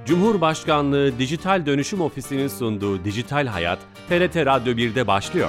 Cumhurbaşkanlığı Dijital Dönüşüm Ofisi'nin sunduğu Dijital Hayat, TRT Radyo 1'de başlıyor.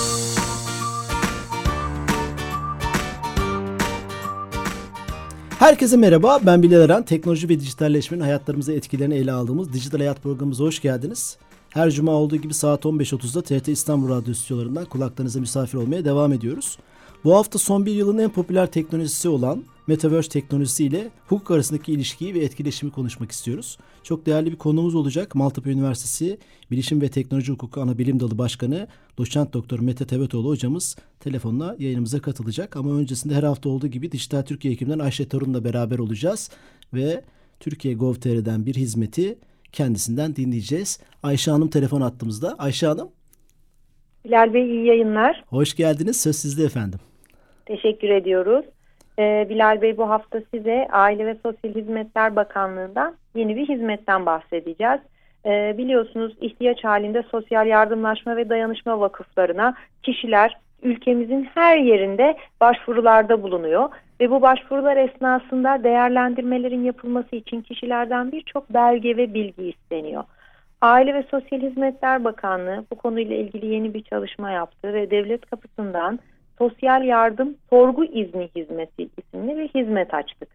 Herkese merhaba, ben Bilal Eren. Teknoloji ve dijitalleşmenin hayatlarımıza etkilerini ele aldığımız Dijital Hayat programımıza hoş geldiniz. Her cuma olduğu gibi saat 15.30'da TRT İstanbul Radyo stüdyolarından kulaklarınıza misafir olmaya devam ediyoruz. Bu hafta son bir yılın en popüler teknolojisi olan Metaverse teknolojisi ile hukuk arasındaki ilişkiyi ve etkileşimi konuşmak istiyoruz. Çok değerli bir konuğumuz olacak. Maltepe Üniversitesi Bilişim ve Teknoloji Hukuku Anabilim Dalı Başkanı Doçent Doktor Mete Tevetoğlu hocamız telefonla yayınımıza katılacak. Ama öncesinde her hafta olduğu gibi Dijital Türkiye ekibinden Ayşe Torun'la beraber olacağız. Ve Türkiye Gov.tr'den bir hizmeti kendisinden dinleyeceğiz. Ayşe Hanım telefon attığımızda. Ayşe Hanım. Bilal Bey iyi yayınlar. Hoş geldiniz. Söz sizde efendim. Teşekkür ediyoruz. Bilal Bey, bu hafta size Aile ve Sosyal Hizmetler Bakanlığı'ndan yeni bir hizmetten bahsedeceğiz. Biliyorsunuz ihtiyaç halinde sosyal yardımlaşma ve dayanışma vakıflarına kişiler ülkemizin her yerinde başvurularda bulunuyor. Ve bu başvurular esnasında değerlendirmelerin yapılması için kişilerden birçok belge ve bilgi isteniyor. Aile ve Sosyal Hizmetler Bakanlığı bu konuyla ilgili yeni bir çalışma yaptı ve devlet kapısından Sosyal Yardım Sorgu İzni Hizmeti isimli bir hizmet açtık.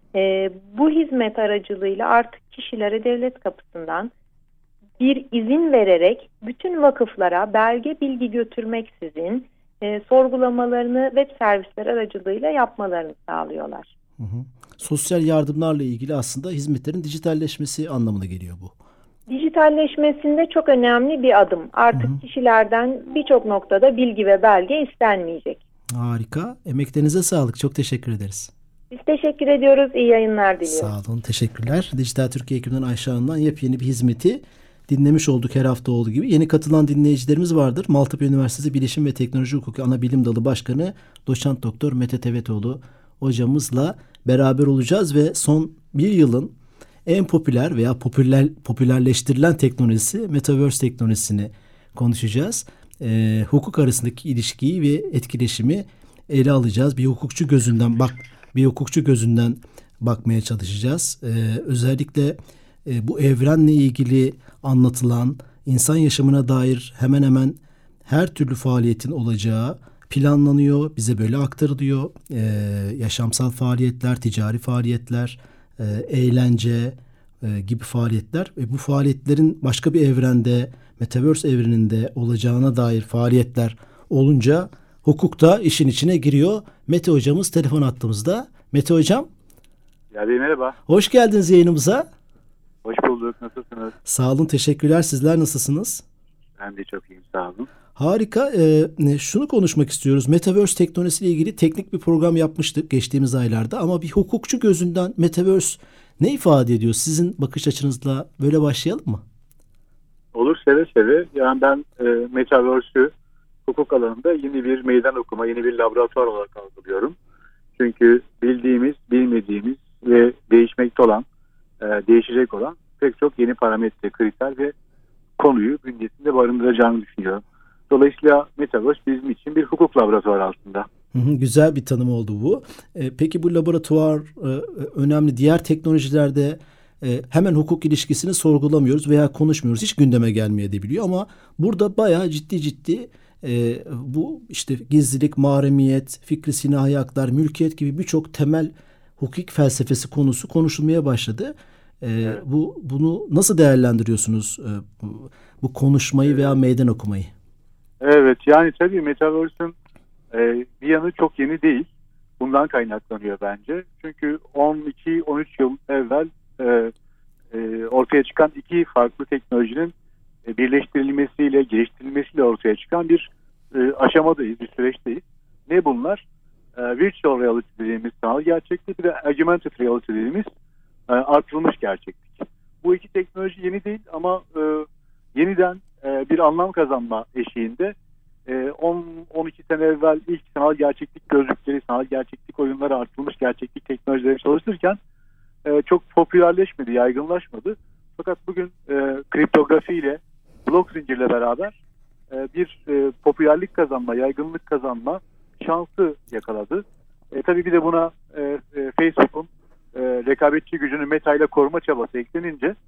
Bu hizmet aracılığıyla artık kişilere devlet kapısından bir izin vererek bütün vakıflara belge bilgi götürmeksizin sorgulamalarını web servisleri aracılığıyla yapmalarını sağlıyorlar. Sosyal yardımlarla ilgili aslında hizmetlerin dijitalleşmesi anlamına geliyor bu. Dijitalleşmesinde çok önemli bir adım. Artık kişilerden birçok noktada bilgi ve belge istenmeyecek. Harika. Emeklerinize sağlık. Çok teşekkür ederiz. Biz teşekkür ediyoruz. İyi yayınlar diliyoruz. Sağ olun. Teşekkürler. Dijital Türkiye ekibinden Ayşe Hanım'dan yepyeni bir hizmeti dinlemiş olduk her hafta olduğu gibi. Yeni katılan dinleyicilerimiz vardır. Maltepe Üniversitesi Bilişim ve Teknoloji Hukuku Anabilim Dalı Başkanı Doçent Doktor Mete Tevetoğlu hocamızla beraber olacağız ve son bir yılın en popüler veya popülerleştirilen teknolojisi Metaverse teknolojisini konuşacağız. Hukuk arasındaki ilişkiyi ve etkileşimi ele alacağız. Bir hukukçu gözünden bakmaya çalışacağız. Özellikle bu evrenle ilgili anlatılan insan yaşamına dair hemen hemen her türlü faaliyetin olacağı planlanıyor. Bize böyle aktarılıyor. Yaşamsal faaliyetler, ticari faaliyetler, eğlence gibi faaliyetler ve bu faaliyetlerin başka bir evrende, Metaverse evreninde olacağına dair faaliyetler olunca hukuk da işin içine giriyor. Mete hocamız telefon attığımızda. Mete hocam. Merhaba. Hoş geldiniz yayınımıza. Hoş bulduk. Nasılsınız? Sağ olun. Teşekkürler. Sizler nasılsınız? Ben de çok iyiyim. Sağ olun. Harika. Şunu konuşmak istiyoruz. Metaverse teknolojisiyle ilgili teknik bir program yapmıştık geçtiğimiz aylarda ama bir hukukçu gözünden Metaverse ne ifade ediyor? Sizin bakış açınızla böyle başlayalım mı? Olur, seve seve. Yani ben Metaverse'ü hukuk alanında yeni bir meydan okuma, yeni bir laboratuvar olarak algılıyorum. Çünkü bildiğimiz, bilmediğimiz ve değişmekte olan, değişecek olan pek çok yeni parametre, kriter ve konuyu bünyesinde barındıracağını düşünüyorum. Dolayısıyla Metaverse bizim için bir hukuk laboratuvarı aslında. Güzel bir tanım oldu bu. Peki bu laboratuvar önemli. Diğer teknolojilerde hemen hukuk ilişkisini sorgulamıyoruz veya konuşmuyoruz. Hiç gündeme gelmeyebiliyor ama burada bayağı ciddi bu işte gizlilik, mahremiyet, fikri sinahi haklar, mülkiyet gibi birçok temel hukuk felsefesi konusu konuşulmaya başladı. Evet. Bunu nasıl değerlendiriyorsunuz? Bu konuşmayı veya meydan okumayı? Evet, yani tabii Metaverse'ün bir yanı çok yeni değil. Bundan kaynaklanıyor bence. Çünkü 12-13 yıl evvel ortaya çıkan iki farklı teknolojinin birleştirilmesiyle, geliştirilmesiyle ortaya çıkan bir aşamadayız, bir süreçteyiz. Ne bunlar? Virtual reality dediğimiz sanal gerçeklik, bir de augmented reality dediğimiz artırılmış gerçeklik. Bu iki teknoloji yeni değil ama yeniden bir anlam kazanma eşiğinde 10-12 sene evvel ilk sanal gerçeklik gözlükleri, sanal gerçeklik oyunları, artırılmış gerçeklik teknolojileri çalışırken çok popülerleşmedi, yaygınlaşmadı. Fakat bugün kriptografi ile blok zincirle beraber bir popülerlik kazanma, yaygınlık kazanma şansı yakaladı. Tabii bir de buna Facebook'un rekabetçi gücünü Meta ile koruma çabası eklenince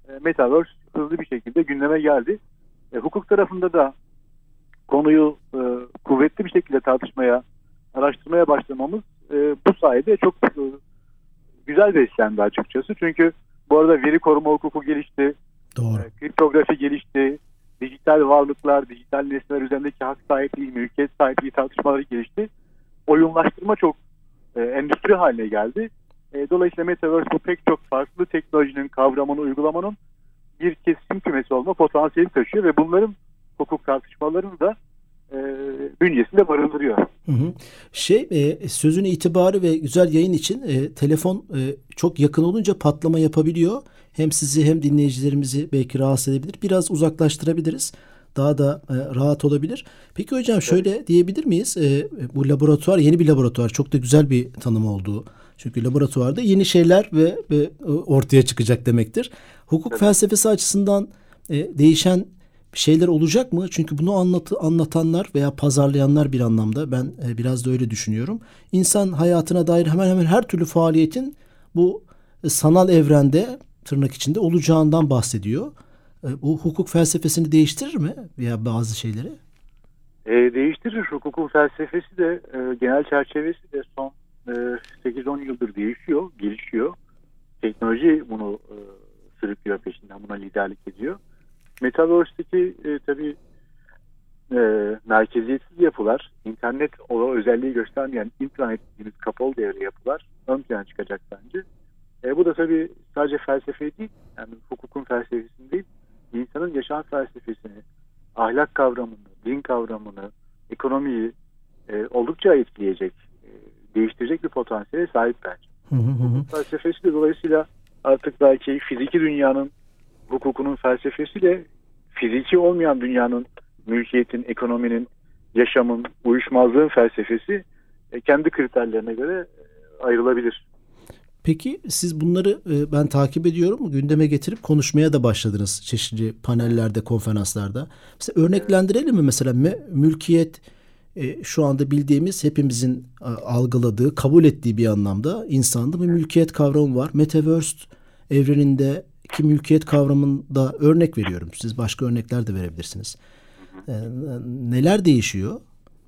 Metaverse hızlı bir şekilde gündeme geldi. Hukuk tarafında da konuyu kuvvetli bir şekilde tartışmaya, araştırmaya başlamamız bu sayede çok güzel beslendi açıkçası. Çünkü bu arada veri koruma hukuku gelişti, Doğru. kriptografi gelişti, dijital varlıklar, dijital nesneler üzerindeki hak sahipliği, mülkiyet sahipliği tartışmaları gelişti. Oyunlaştırma çok endüstri haline geldi. Dolayısıyla Metaverse bu pek çok farklı teknolojinin, kavramını, uygulamanın bir kesişim kümesi olma potansiyeli taşıyor ve bunların hukuk tartışmalarını da bünyesinde barındırıyor. Hı hı. Sözün itibarı ve güzel yayın için telefon çok yakın olunca patlama yapabiliyor. Hem sizi hem dinleyicilerimizi belki rahatsız edebilir. Biraz uzaklaştırabiliriz. Daha da rahat olabilir. Peki hocam şöyle diyebilir miyiz? Bu laboratuvar yeni bir laboratuvar. Çok da güzel bir tanım oldu. Çünkü laboratuvarda yeni şeyler ve ortaya çıkacak demektir. Hukuk felsefesi açısından değişen şeyler olacak mı? Çünkü bunu anlatanlar veya pazarlayanlar bir anlamda ben biraz da öyle düşünüyorum. İnsan hayatına dair hemen hemen her türlü faaliyetin bu sanal evrende tırnak içinde olacağından bahsediyor. Bu hukuk felsefesini değiştirir mi veya bazı şeyleri? Değiştirir. Hukukun felsefesi de genel çerçevesi de son 8-10 yıldır değişiyor, gelişiyor. Teknoloji bunu sürüklüyor peşinden, buna liderlik ediyor. Metaverse'deki tabii merkeziyetsiz yapılar, internet o özelliği göstermeyen intranet dediğimiz kapalı devre yapılar ön plana çıkacak bence. Bu da tabii sadece felsefe değil, yani hukukun felsefesini değil, insanın yaşam felsefesini, ahlak kavramını, din kavramını, ekonomiyi oldukça etkileyecek, değiştirecek bir potansiyele sahip bence. Hukuk felsefesi de dolayısıyla artık belki fiziki dünyanın hukukunun felsefesiyle fiziki olmayan dünyanın, mülkiyetin, ekonominin, yaşamın, uyuşmazlığın felsefesi kendi kriterlerine göre ayrılabilir. Peki siz bunları ben takip ediyorum. Gündeme getirip konuşmaya da başladınız çeşitli panellerde, konferanslarda. Mesela örneklendirelim mi mesela mülkiyet şu anda bildiğimiz hepimizin algıladığı, kabul ettiği bir anlamda insanda bir mülkiyet kavramı var. Metaverse evrenindeki mülkiyet kavramında örnek veriyorum. Siz başka örnekler de verebilirsiniz. Neler değişiyor?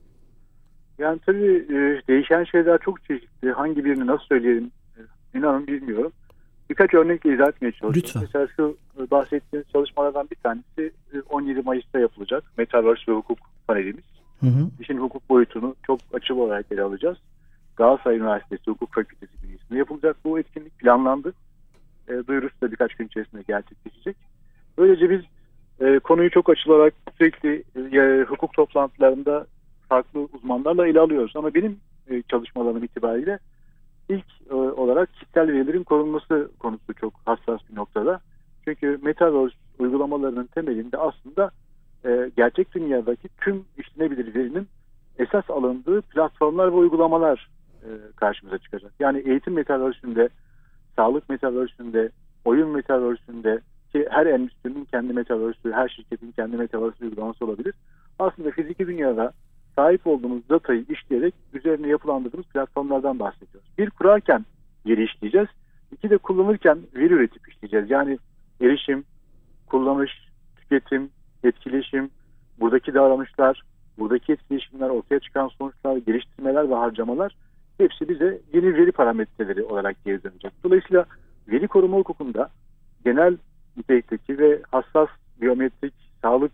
Yani tabii değişen şeyler çok çeşitli. Hangi birini nasıl söyleyelim inanın bilmiyorum. Birkaç örnekle izah etmeye çalışıyorum. Lütfen. Mesela şu bahsettiğiniz çalışmalardan bir tanesi 17 Mayıs'ta yapılacak. Metaverse ve hukuk panelimiz. İşin hukuk boyutunu çok açık olarak ele alacağız. Galatasaray Üniversitesi Hukuk Fakültesi bünyesinde yapılacak bu etkinlik planlandı. Duyurusu da birkaç gün içerisinde gerçekleşecek. Böylece biz konuyu çok açılarak sürekli hukuk toplantılarında farklı uzmanlarla ele alıyoruz. Ama benim çalışmalarım itibariyle ilk olarak kişisel verilerin korunması konusu çok hassas bir noktada. Çünkü Metaverse uygulamalarının temelinde aslında gerçek dünyadaki tüm işlenebilir verinin esas alındığı platformlar ve uygulamalar karşımıza çıkacak. Yani eğitim Metaverse'ünde, sağlık Metaverse'ünde, oyun Metaverse'ünde ki her endüstrinin kendi Metaverse'ü, her şirketin kendi Metaverse uygulaması olabilir. Aslında fiziki dünyada sahip olduğumuz datayı işleyerek üzerine yapılandırdığımız platformlardan bahsediyoruz. Bir, kurarken veri işleyeceğiz. İki, de kullanırken veri üretip işleyeceğiz. Yani erişim, kullanış, tüketim, etkileşim, buradaki davranışlar, buradaki etkileşimler, ortaya çıkan sonuçlar, geliştirmeler ve harcamalar hepsi bize yeni veri parametreleri olarak geri dönecek. Dolayısıyla veri koruma hukukunda genel nitelikteki ve hassas biyometrik, sağlık,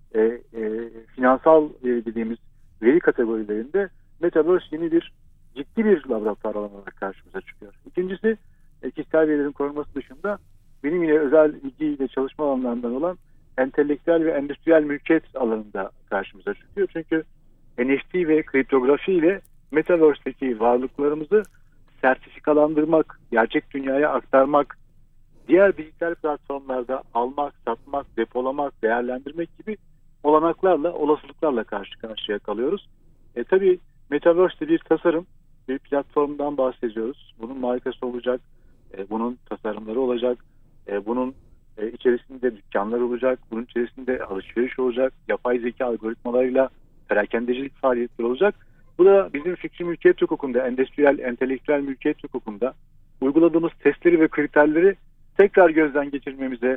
finansal dediğimiz veri kategorilerinde Metaverse yeni bir ciddi bir laboratuvar alanı olarak karşımıza çıkıyor. İkincisi, kişisel verilerin korunması dışında benim yine özel ilgi ve çalışma alanlarından olan entelektüel ve endüstriyel mülkiyet alanında karşımıza çıkıyor. Çünkü NFT ve kriptografi ile Metaverse'deki varlıklarımızı sertifikalandırmak, gerçek dünyaya aktarmak, diğer dijital platformlarda almak, satmak, depolamak, değerlendirmek gibi olanaklarla, olasılıklarla karşı karşıya kalıyoruz. Tabii Metaverse'de bir tasarım, bir platformdan bahsediyoruz. Bunun markası olacak, bunun tasarımları olacak, bunun içerisinde dükkanlar olacak, bunun içerisinde alışveriş olacak, yapay zeka algoritmalarıyla perakendecilik faaliyetleri olacak. Bu da bizim fikri mülkiyet hukukunda, endüstriyel, entelektüel mülkiyet hukukunda uyguladığımız testleri ve kriterleri tekrar gözden geçirmemize,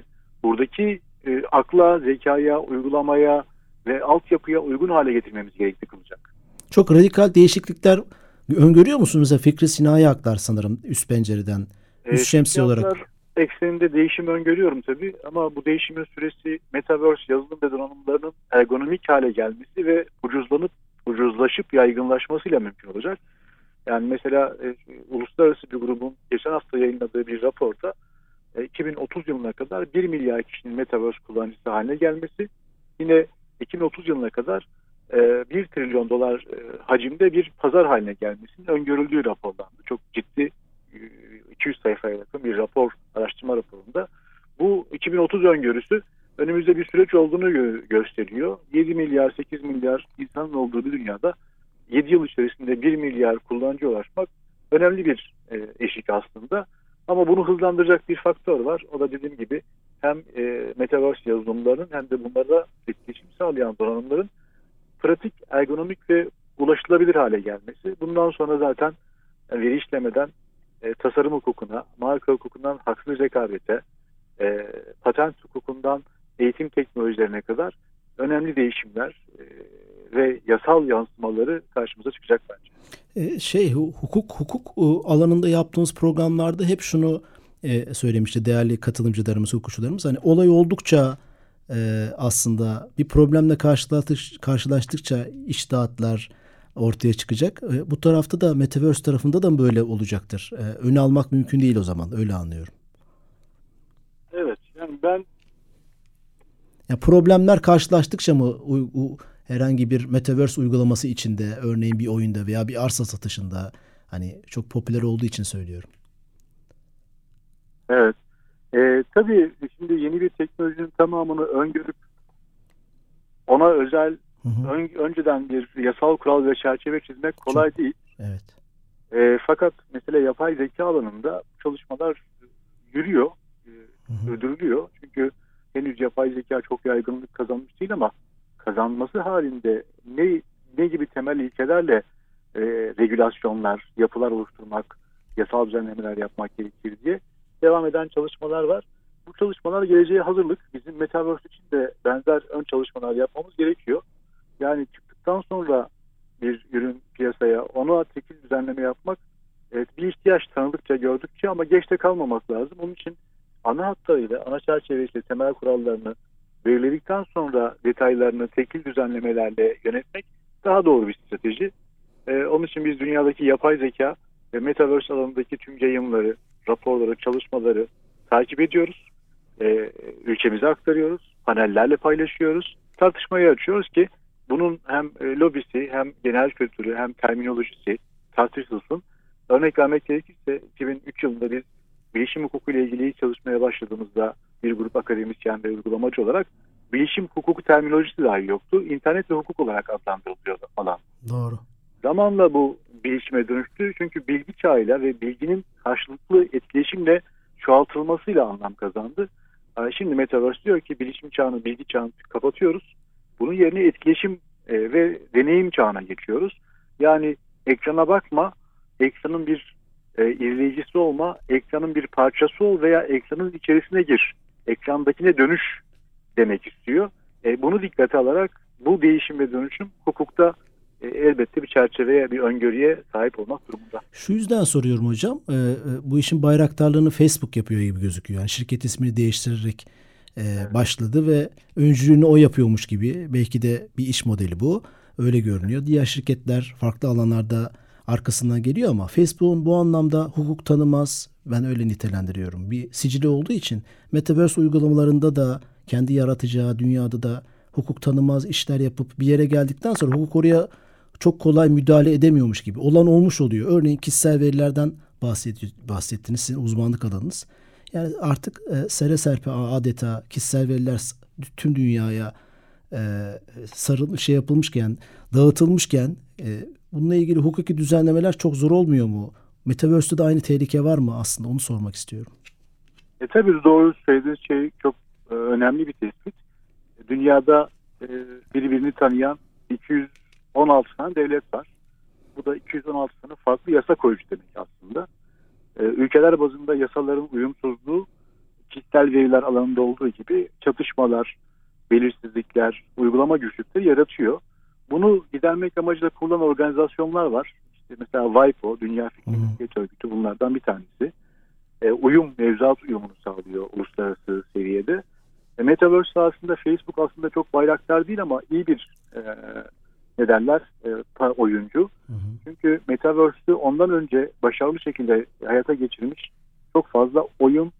buradaki akla, zekaya, uygulamaya ve altyapıya uygun hale getirmemiz gerekli kılacak. Çok radikal değişiklikler öngörüyor musunuz? Mesela Fikri Sinayi Aklar sanırım üst pencereden, üst şemsiye olarak. Ekseninde değişim öngörüyorum tabii ama bu değişimin süresi Metaverse yazılım ve donanımlarının ergonomik hale gelmesi ve ucuzlaşıp yaygınlaşmasıyla mümkün olacak. Yani mesela uluslararası bir grubun geçen hafta yayınladığı bir raporda 2030 yılına kadar 1 milyar kişinin Metaverse kullanıcısı haline gelmesi, yine 2030 yılına kadar 1 trilyon dolar hacimde bir pazar haline gelmesinin öngörüldüğü raporlandı. Çok ciddi 200 sayfaya yakın bir araştırma raporunda. Bu 2030 öngörüsü önümüzde bir süreç olduğunu gösteriyor. 7 milyar, 8 milyar insanın olduğu bir dünyada 7 yıl içerisinde 1 milyar kullanıcıya ulaşmak önemli bir eşik aslında. Ama bunu hızlandıracak bir faktör var. O da dediğim gibi hem Metaverse yazılımlarının hem de bunlara etkileşim sağlayan donanımların pratik, ergonomik ve ulaşılabilir hale gelmesi. Bundan sonra zaten veri işlemeden tasarım hukukuna, marka hukukundan haksız rekabete, patent hukukundan eğitim teknolojilerine kadar önemli değişimler ve yasal yansımaları karşımıza çıkacak bence. Hukuk alanında yaptığımız programlarda hep şunu söylemişti değerli katılımcılarımız, hukukçularımız. Hani olay oldukça aslında bir problemle karşılaştıkça içtihatlar ortaya çıkacak. Bu tarafta da Metaverse tarafında da böyle olacaktır. Öne almak mümkün değil o zaman. Öyle anlıyorum. Evet. Yani problemler karşılaştıkça mı herhangi bir Metaverse uygulaması içinde, örneğin bir oyunda veya bir arsa satışında, hani çok popüler olduğu için söylüyorum. Evet. Tabii şimdi yeni bir teknolojinin tamamını öngörüp ona özel önceden bir yasal kural ve çerçeve çizmek kolay değil. Evet. Fakat mesela yapay zeka alanında çalışmalar yürüyor, sürdürülüyor. Çünkü henüz yapay zeka çok yaygınlık kazanmış değil ama kazanması halinde ne gibi temel ilkelerle regülasyonlar, yapılar oluşturmak, yasal düzenlemeler yapmak gerekir diye devam eden çalışmalar var. Bu çalışmalar geleceğe hazırlık. Bizim Metaverse için de benzer ön çalışmalar yapmamız gerekiyor. Yani çıktıktan sonra bir ürün piyasaya ona tekil düzenleme yapmak bir ihtiyaç tanıdıkça, gördükçe ama geç de kalmamak lazım. Onun için ana hatlarıyla, ana çerçevesiyle temel kurallarını belirledikten sonra detaylarını tekil düzenlemelerle yönetmek daha doğru bir strateji. Onun için biz dünyadaki yapay zeka ve Metaverse alanındaki tüm yayınları, raporları, çalışmaları takip ediyoruz. Ülkemize aktarıyoruz. Panellerle paylaşıyoruz. Tartışmayı açıyoruz ki bunun hem lobisi, hem genel kültürü, hem terminolojisi tartışılsın. Örnek vermek gerekirse 2003 yılında biz bilişim hukuku ile ilgili çalışmaya başladığımızda bir grup akademisyen ve uygulamacı olarak bilişim hukuku terminolojisi dahi yoktu. İnternet ve hukuk olarak adlandırılıyordu alan. Doğru. Zamanla bu bilişime dönüştü. Çünkü bilgi çağıyla ve bilginin karşılıklı etkileşimle çoğaltılmasıyla anlam kazandı. Şimdi Metaverse diyor ki bilişim çağını, bilgi çağını kapatıyoruz. Bunun yerine etkileşim ve deneyim çağına geçiyoruz. Yani ekrana bakma, ekranın bir izleyicisi olma, ekranın bir parçası ol veya ekranın içerisine gir. Ekrandakine dönüş demek istiyor. Bunu dikkate alarak bu değişim ve dönüşüm hukukta elbette bir çerçeveye, bir öngörüye sahip olmak durumunda. Şu yüzden soruyorum hocam. Bu işin bayraktarlığını Facebook yapıyor gibi gözüküyor. Yani şirket ismini değiştirerek başladı ve öncülüğünü o yapıyormuş gibi. Belki de bir iş modeli bu. Öyle görünüyor. Diğer şirketler farklı alanlarda arkasından geliyor ama Facebook'un bu anlamda hukuk tanımaz. Ben öyle nitelendiriyorum. Bir sicili olduğu için Metaverse uygulamalarında da kendi yaratacağı dünyada da hukuk tanımaz işler yapıp bir yere geldikten sonra hukuk oraya çok kolay müdahale edemiyormuş gibi. Olan olmuş oluyor. Örneğin kişisel verilerden bahsettiniz. Sizin uzmanlık alanınız. Yani artık sere serpe adeta kişisel veriler tüm dünyaya yapılmışken, dağıtılmışken bununla ilgili hukuki düzenlemeler çok zor olmuyor mu? Metaverse'de de aynı tehlike var mı aslında? Onu sormak istiyorum. Tabii doğru söylediğiniz şey çok önemli bir tespit. Dünyada birbirini tanıyan 216 tane devlet var. Bu da 216 tane farklı yasa koyucu demek aslında. Ülkeler bazında yasaların uyumsuzluğu kişisel veriler alanında olduğu gibi çatışmalar, belirsizlikler, uygulama güçlükleri yaratıyor. Bunu gidermek amacıyla kurulan organizasyonlar var. İşte mesela WIPO, Dünya Fikri Mülkiyet Örgütü bunlardan bir tanesi. Mevzuat uyumunu sağlıyor uluslararası seviyede. Metaverse aslında Facebook aslında çok bayraktar değil ama iyi bir oyuncu. Çünkü Metaverse'ü ondan önce başarılı şekilde hayata geçirmiş çok fazla oyun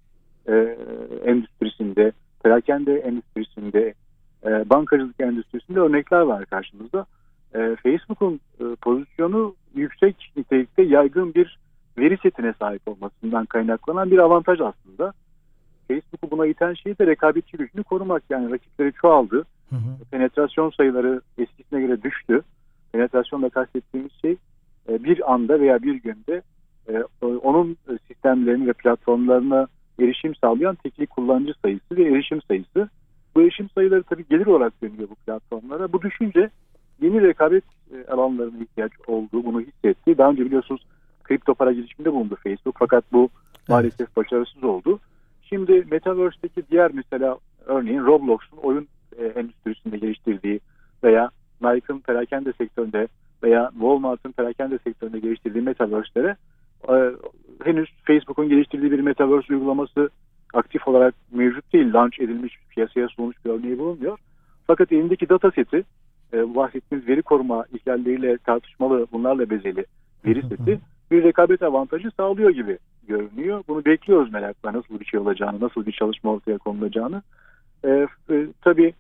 endüstrisinde, perakende endüstrisinde, bankacılık endüstrisinde örnekler var karşımızda. Facebook'un pozisyonu yüksek nitelikte yaygın bir veri setine sahip olmasından kaynaklanan bir avantaj aslında. Facebook'u buna iten şey de rekabetçi gücünü korumak. Yani rakipleri çoğaldı. Penetrasyon sayıları eskisine göre düştü. Penetrasyonla kastettiğimiz şey bir anda veya bir günde onun sistemlerini ve platformlarına erişim sağlayan tekli kullanıcı sayısı ve erişim sayısı. Bu erişim sayıları tabii gelir olarak dönüyor bu platformlara. Bu düşünce yeni rekabet alanlarına ihtiyaç olduğu, bunu hissetti. Daha önce biliyorsunuz kripto para girişiminde bulundu Facebook, fakat bu maalesef başarısız oldu. Şimdi Metaverse'deki diğer mesela örneğin Roblox'un oyun endüstrisinde geliştirdiği veya Nike'ın perakende sektöründe veya Walmart'ın perakende sektöründe geliştirdiği Metaverse'lere henüz Facebook'un geliştirdiği bir Metaverse uygulaması aktif olarak mevcut değil. Launch edilmiş, piyasaya sunulmuş bir örneği bulunmuyor. Fakat elindeki data seti, bahsettiğimiz veri koruma ihlalleriyle tartışmalı, bunlarla bezeli veri seti bir rekabet avantajı sağlıyor gibi görünüyor. Bunu bekliyoruz merakla, nasıl bir şey olacağını, nasıl bir çalışma ortaya konulacağını. Tabii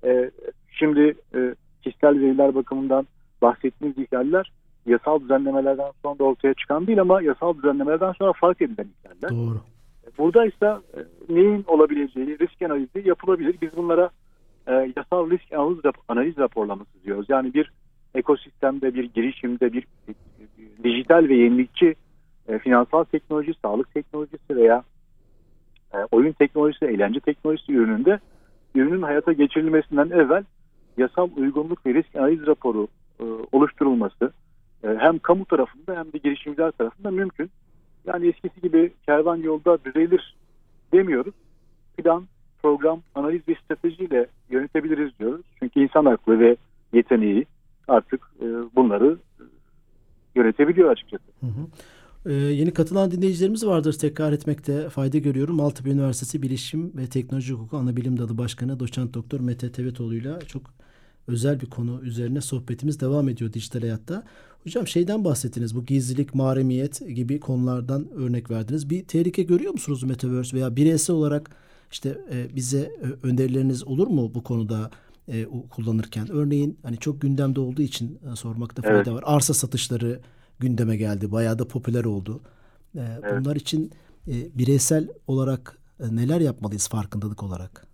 şimdi kişisel veriler bakımından bahsettiğimiz ihlaller yasal düzenlemelerden sonra ortaya çıkan değil ama yasal düzenlemelerden sonra fark edilen ihlaller. Doğru. Burada ise neyin olabileceği risk analizi yapılabilir. Biz bunlara yasal risk analiz raporlaması diyoruz. Yani bir ekosistemde, bir girişimde, bir dijital ve yenilikçi finansal teknoloji, sağlık teknolojisi veya oyun teknolojisi, eğlence teknolojisi ürünün hayata geçirilmesinden evvel yasal uygunluk ve risk analiz raporu oluşturulması hem kamu tarafında hem de girişimciler tarafında mümkün. Yani eskisi gibi kervan yolda düzelir demiyoruz. Plan, program, analiz ve stratejiyle yönetebiliriz diyoruz. Çünkü insan aklı ve yeteneği artık bunları yönetebiliyor açıkçası. Yeni katılan dinleyicilerimiz vardır. Tekrar etmekte fayda görüyorum. Maltepe Üniversitesi Bilişim ve Teknoloji Hukuku Anabilim Dalı Başkanı Doçent Doktor Mete Tevetoğlu'yla çok özel bir konu üzerine sohbetimiz devam ediyor dijital hayatta. Hocam şeyden bahsettiniz. Bu gizlilik, mahremiyet gibi konulardan örnek verdiniz. Bir tehlike görüyor musunuz Metaverse veya bireysel olarak işte bize önerileriniz olur mu bu konuda kullanırken? Örneğin hani çok gündemde olduğu için sormakta fayda var. Arsa satışları gündeme geldi. Bayağı da popüler oldu. Bunlar için bireysel olarak neler yapmalıyız farkındalık olarak?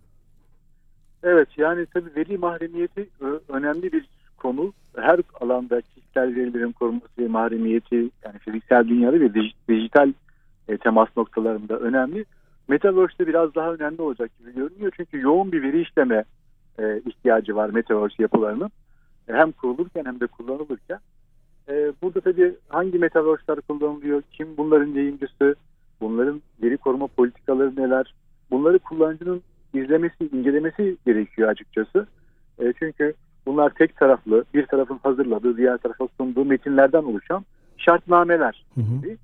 Evet, yani tabii veri mahremiyeti önemli bir konu. Her alanda kişisel verilerin korunması ve mahremiyeti, yani fiziksel dünyada ve dijital temas noktalarında önemli. Metaverse'de biraz daha önemli olacak gibi görünüyor. Çünkü yoğun bir veri işleme ihtiyacı var Metaverse yapılarının. Hem kurulurken hem de kullanılırken. Burada tabii hangi Metaverse'ler kullanılıyor, kim bunların yayıncısı, bunların veri koruma politikaları neler, bunları kullanıcının izlemesi, incelemesi gerekiyor açıkçası. Çünkü bunlar tek taraflı, bir tarafın hazırladığı, diğer tarafa sunduğu metinlerden oluşan şartnameler gibi.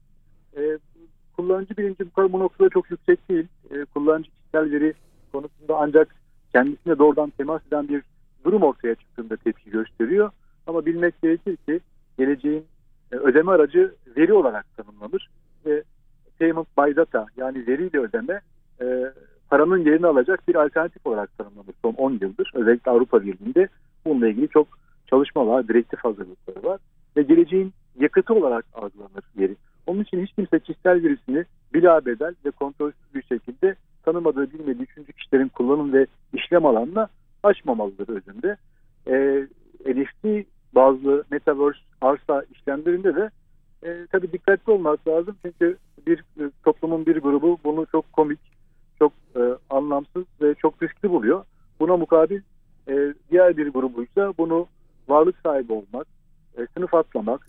Kullanıcı bilinci bu noktada çok yüksek değil. Kullanıcı kişisel veri konusunda ancak kendisine doğrudan temas eden bir durum ortaya çıktığında tepki gösteriyor. Ama bilmek gerekir ki geleceğin ödeme aracı veri olarak tanımlanır ve payment by data, yani veriyle ödeme paranın yerini alacak bir alternatif olarak tanımlanır son 10 yıldır. Özellikle Avrupa Birliği'nde bununla ilgili çok çalışma var, direktif hazırlıkları var ve geleceğin yakıtı olarak algılanır veri. Onun için hiç kimse kişisel verisini bilabedel ve kontrolsüz bir şekilde tanımadığı, bilmediği üçüncü kişilerin kullanım ve işlem alanına açmamalıdır özünde. NFT bazı Metaverse arsa işlemlerinde de tabii dikkatli olmak lazım. Çünkü bir toplumun bir grubu bunu çok komik, çok anlamsız ve çok riskli buluyor. Buna mukabil diğer bir grubuysa bunu varlık sahibi olmak, sınıf atlamak,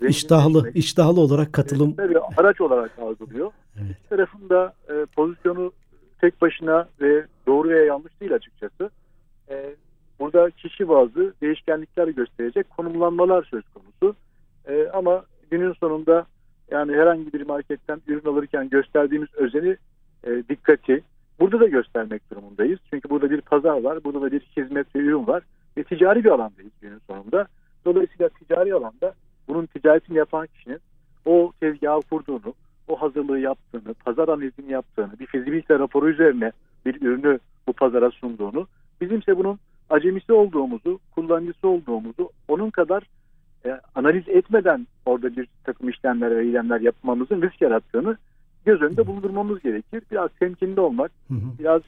iştahlı olarak katılım tabii araç olarak algılıyor. Evet. Bir tarafında pozisyonu tek başına ve doğru veya yanlış değil açıkçası. Burada kişi bazı değişkenlikler gösterecek konumlanmalar söz konusu. Ama günün sonunda yani herhangi bir marketten ürün alırken gösterdiğimiz özeni, dikkati burada da göstermek durumundayız. Çünkü burada bir pazar var, burada da bir hizmet ve ürün var ve ticari bir alandayız günün sonunda. Dolayısıyla ticari alanda bunun ticaretini yapan kişinin o tezgahı kurduğunu, o hazırlığı yaptığını, pazar analizini yaptığını, bir fizibilite raporu üzerine bir ürünü bu pazara sunduğunu, bizimse bunun acemisi olduğumuzu, kullanıcısı olduğumuzu, onun kadar analiz etmeden orada bir takım işlemler ve eylemler yapmamızın risk yarattığını göz önünde bulundurmamız gerekir. Biraz temkinli olmak, biraz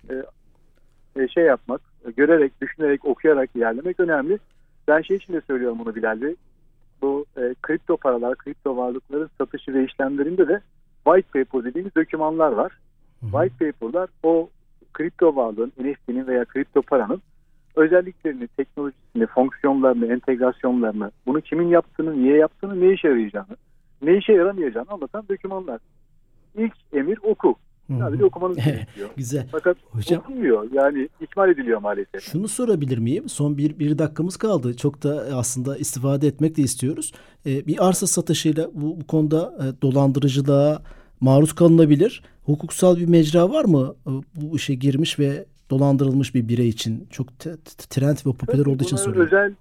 şey yapmak, görerek, düşünerek, okuyarak ilerlemek önemli. Ben şey için de söylüyorum bunu Bilal Bey. Bu kripto paralar, kripto varlıkların satışı ve işlemlerinde de white paper dediğimiz dokümanlar var. White paper'lar o kripto varlığın, NFT'nin veya kripto paranın özelliklerini, teknolojisini, fonksiyonlarını, entegrasyonlarını, bunu kimin yaptığını, niye yaptığını, ne işe yarayacağını, ne işe yaramayacağını anlatan dokümanlar. İlk emir oku. Sadece okumanız gerekiyor. Güzel. Fakat hocam, okunmuyor. Yani ihmal ediliyor maalesef. Şunu sorabilir miyim? Son bir dakikamız kaldı. Çok da aslında istifade etmek de istiyoruz. Bir arsa satışıyla bu konuda dolandırıcılığa maruz kalınabilir. Hukuksal bir mecra var mı bu işe girmiş ve dolandırılmış bir birey için? Çok trend ve popüler olduğu için soruyorum.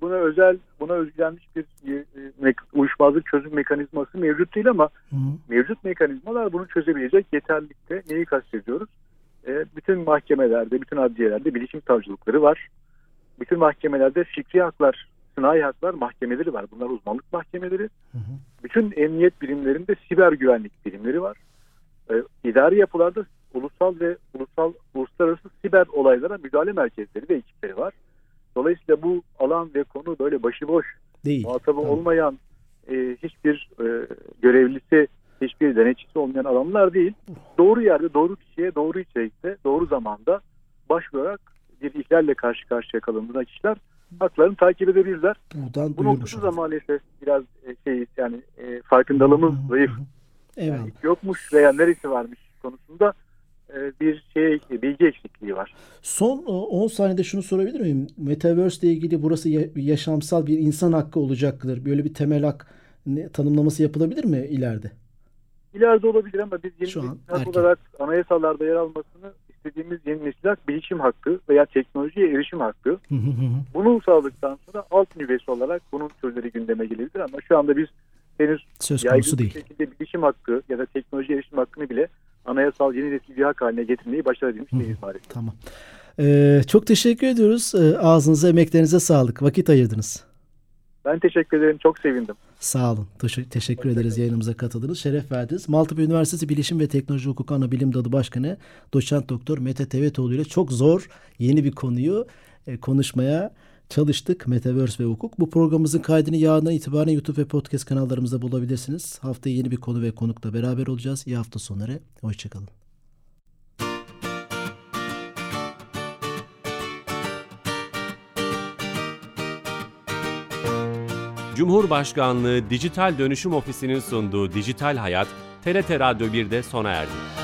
Buna özgülenmiş bir uyuşmazlık çözüm mekanizması mevcut değil ama mevcut mekanizmalar bunu çözebilecek yeterlilikte. Neyi kastediyoruz? Bütün mahkemelerde, bütün adliyelerde bilişim savcılıkları var. Bütün mahkemelerde fikri haklar, sınai haklar mahkemeleri var. Bunlar uzmanlık mahkemeleri. Bütün emniyet birimlerinde siber güvenlik birimleri var. İdari yapılarda ulusal ve uluslararası siber olaylara müdahale merkezleri ve ekipleri var. Dolayısıyla bu alan ve konu böyle başıboş, muhatabı olmayan, hiçbir görevlisi, hiçbir denetçisi olmayan alanlar değil. Doğru yerde, doğru kişiye, doğru içerikte, doğru zamanda başvurarak bir ihlalle karşı karşıya kalındığında kişiler haklarını takip edebilirler. Bu noktada da maalesef biraz farkındalığımız zayıf. Yani yokmuş veya neresi varmış konusunda bir bilgi eksikliği var. Son 10 saniyede şunu sorabilir miyim? Metaverse ile ilgili burası yaşamsal bir insan hakkı olacaktır. Böyle bir temel hak tanımlaması yapılabilir mi ileride? İleride olabilir ama biz yeni nesil hak olarak anayasalarda yer almasını istediğimiz yeni nesil hak bilişim hakkı veya teknolojiye erişim hakkı. Bunu sağladıktan sonra alt nüvesi olarak bunun türleri gündeme gelebilir ama şu anda biz henüz yaygın bir şekilde bilişim hakkı ya da teknoloji erişim hakkını bile anayasal yeni nesil bir hak haline getirmeyi başarabilmiş değiliz maalesef. Tamam. Çok teşekkür ediyoruz. Ağzınıza, emeklerinize sağlık. Vakit ayırdınız. Ben teşekkür ederim. Çok sevindim. Sağ olun. Teşekkür ederiz yayınımıza katıldınız. Şeref verdiniz. Maltepe Üniversitesi Bilişim ve Teknoloji Hukuku Anabilim Dalı Başkanı Doçent Doktor Mete Tevetoğlu ile çok zor yeni bir konuyu konuşmaya çalıştık. Metaverse ve hukuk. Bu programımızın kaydını yarından itibaren YouTube ve podcast kanallarımızda bulabilirsiniz. Haftaya yeni bir konu ve konukla beraber olacağız. İyi hafta sonları. Hoşçakalın. Cumhurbaşkanlığı Dijital Dönüşüm Ofisi'nin sunduğu Dijital Hayat, TRT Radyo 1'de sona erdi.